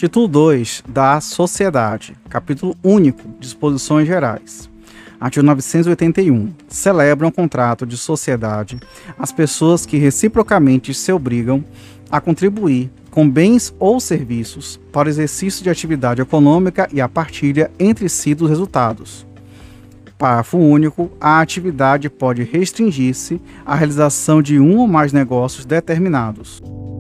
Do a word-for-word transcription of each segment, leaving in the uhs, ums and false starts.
Título dois da Sociedade. Capítulo único. Disposições gerais. Artigo novecentos e oitenta e um. Celebram contrato de sociedade as pessoas que reciprocamente se obrigam a contribuir com bens ou serviços para o exercício de atividade econômica e a partilha entre si dos resultados. Parágrafo único. A atividade pode restringir-se à realização de um ou mais negócios determinados.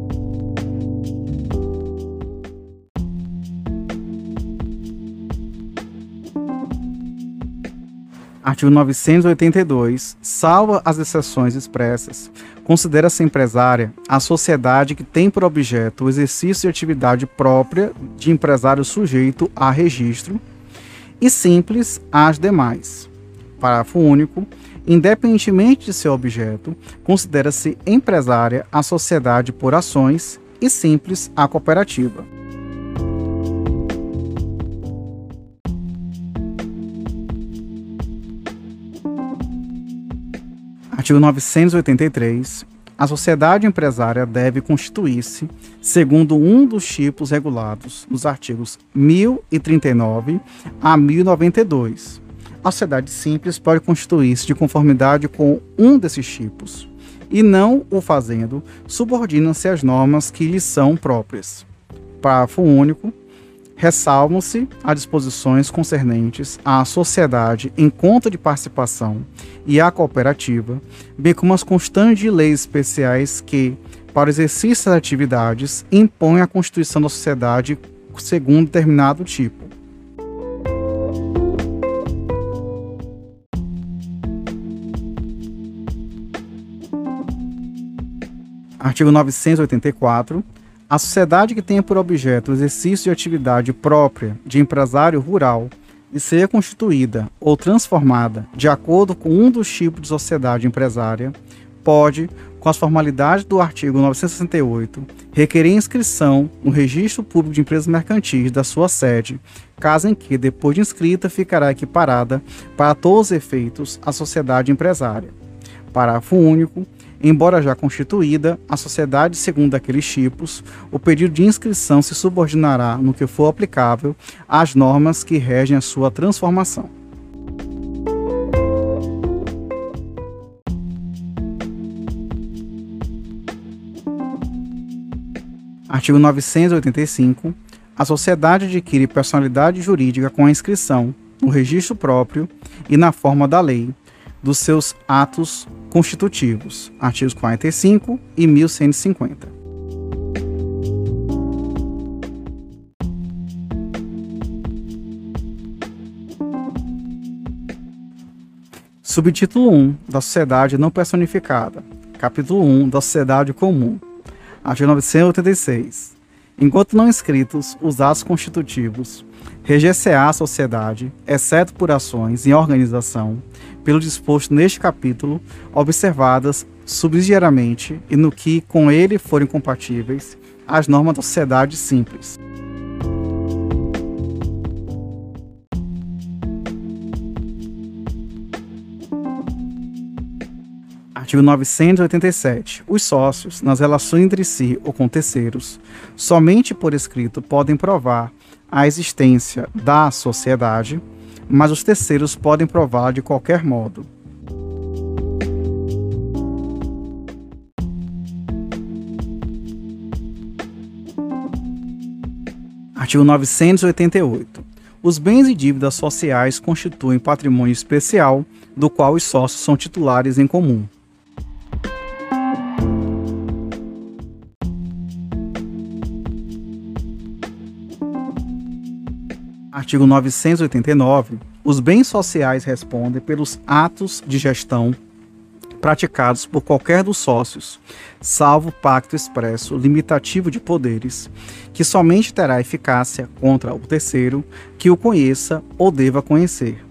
Artigo novecentos e oitenta e dois. Salvo as exceções expressas, considera-se empresária a sociedade que tem por objeto o exercício de atividade própria de empresário sujeito a registro e simples às demais. Parágrafo único. Independentemente de seu objeto, considera-se empresária a sociedade por ações e simples a cooperativa. Artigo novecentos e oitenta e três. A sociedade empresária deve constituir-se segundo um dos tipos regulados nos artigos mil e trinta e nove a mil e noventa e dois. A sociedade simples pode constituir-se de conformidade com um desses tipos, e não o fazendo, subordinam-se às normas que lhes são próprias. Parágrafo único. Ressalvam-se as disposições concernentes à sociedade em conta de participação e à cooperativa, bem como as constantes leis especiais que, para o exercício das atividades, impõem a constituição da sociedade segundo determinado tipo. Artigo novecentos e oitenta e quatro. A sociedade que tenha por objeto o exercício de atividade própria de empresário rural e seja constituída ou transformada de acordo com um dos tipos de sociedade empresária, pode, com as formalidades do artigo novecentos e sessenta e oito, requerer inscrição no Registro Público de Empresas Mercantis da sua sede, caso em que, depois de inscrita, ficará equiparada, para todos os efeitos, à sociedade empresária. Parágrafo único. Embora já constituída, a sociedade segundo aqueles tipos, o pedido de inscrição se subordinará, no que for aplicável, às normas que regem a sua transformação. Artigo novecentos e oitenta e cinco. A sociedade adquire personalidade jurídica com a inscrição, no registro próprio e na forma da lei, dos seus atos constitutivos, artigos quarenta e cinco e mil cento e cinquenta. Subtítulo um da Sociedade Não Personificada. Capítulo um da Sociedade Comum. Artigo novecentos e oitenta e seis. Enquanto não inscritos os atos constitutivos, reger-se-á a sociedade, exceto por ações em organização, pelo disposto neste capítulo, observadas subsidiariamente e no que com ele forem compatíveis as normas da sociedade simples. Artigo novecentos e oitenta e sete. Os sócios, nas relações entre si ou com terceiros, somente por escrito podem provar a existência da sociedade, mas os terceiros podem provar de qualquer modo. Artigo novecentos e oitenta e oito. Os bens e dívidas sociais constituem patrimônio especial, do qual os sócios são titulares em comum. Artigo novecentos e oitenta e nove. Os bens sociais respondem pelos atos de gestão praticados por qualquer dos sócios, salvo pacto expresso limitativo de poderes, que somente terá eficácia contra o terceiro que o conheça ou deva conhecer.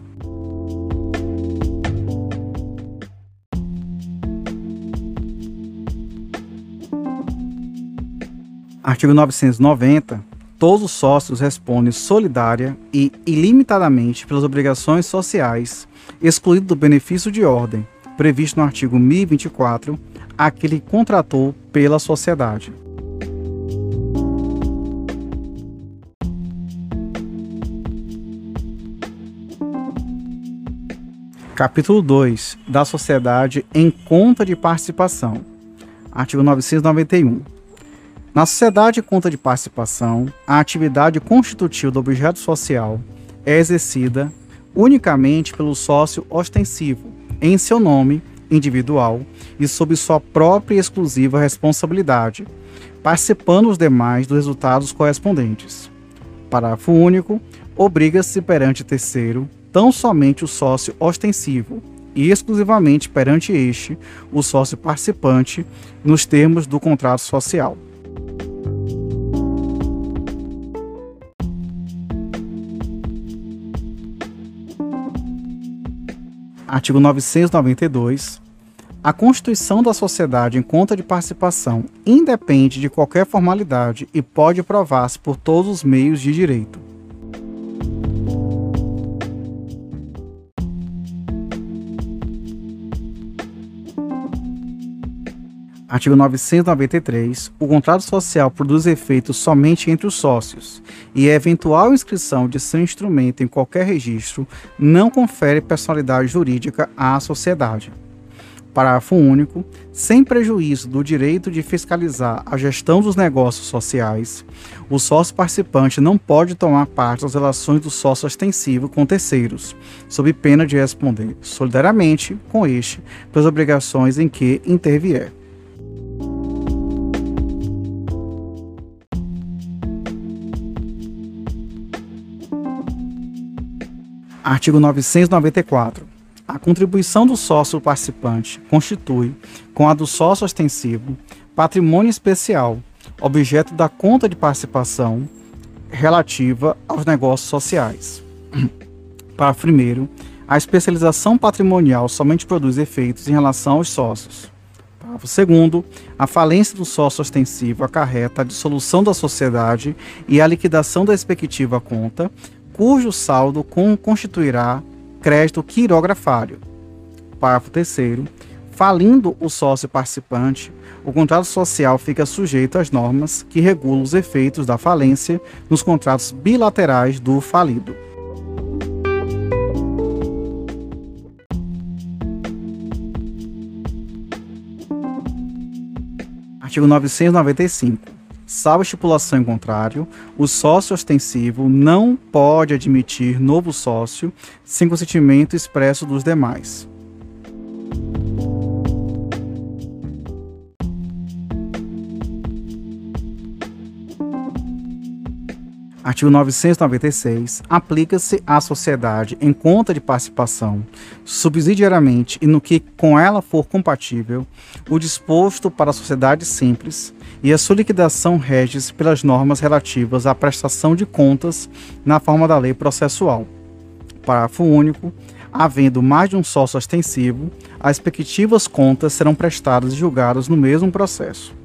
Artigo novecentos e noventa. Todos os sócios respondem solidária e ilimitadamente pelas obrigações sociais, excluído do benefício de ordem, previsto no artigo mil e vinte e quatro, aquele que contratou pela sociedade. Capítulo dois da sociedade em conta de participação. Artigo novecentos e noventa e um. Na sociedade em conta de participação, a atividade constitutiva do objeto social é exercida unicamente pelo sócio ostensivo, em seu nome individual e sob sua própria e exclusiva responsabilidade, participando os demais dos resultados correspondentes. Parágrafo único. Obriga-se perante terceiro tão somente o sócio ostensivo e exclusivamente perante este o sócio participante nos termos do contrato social. Artigo novecentos e noventa e dois. A constituição da sociedade em conta de participação independe de qualquer formalidade e pode provar-se por todos os meios de direito. Artigo novecentos e noventa e três. O contrato social produz efeitos somente entre os sócios e a eventual inscrição de seu instrumento em qualquer registro não confere personalidade jurídica à sociedade. Parágrafo único. Sem prejuízo do direito de fiscalizar a gestão dos negócios sociais, o sócio participante não pode tomar parte das relações do sócio ostensivo com terceiros, sob pena de responder solidariamente com este pelas obrigações em que intervier. Artigo novecentos e noventa e quatro. A contribuição do sócio participante constitui, com a do sócio ostensivo, patrimônio especial, objeto da conta de participação relativa aos negócios sociais. Parágrafo primeiro. A especialização patrimonial somente produz efeitos em relação aos sócios. Parágrafo segundo. A falência do sócio ostensivo acarreta a dissolução da sociedade e a liquidação da respectiva conta, cujo saldo constituirá crédito quirografário. Parágrafo terceiro. Falindo o sócio participante, o contrato social fica sujeito às normas que regulam os efeitos da falência nos contratos bilaterais do falido. Artigo novecentos e noventa e cinco. Salvo estipulação em contrário, o sócio ostensivo não pode admitir novo sócio sem consentimento expresso dos demais. Artigo novecentos e noventa e seis. Aplica-se à sociedade em conta de participação, subsidiariamente e no que com ela for compatível, o disposto para a sociedade simples, e a sua liquidação rege-se pelas normas relativas à prestação de contas na forma da lei processual. Parágrafo único. Havendo mais de um sócio ostensivo, as respectivas contas serão prestadas e julgadas no mesmo processo.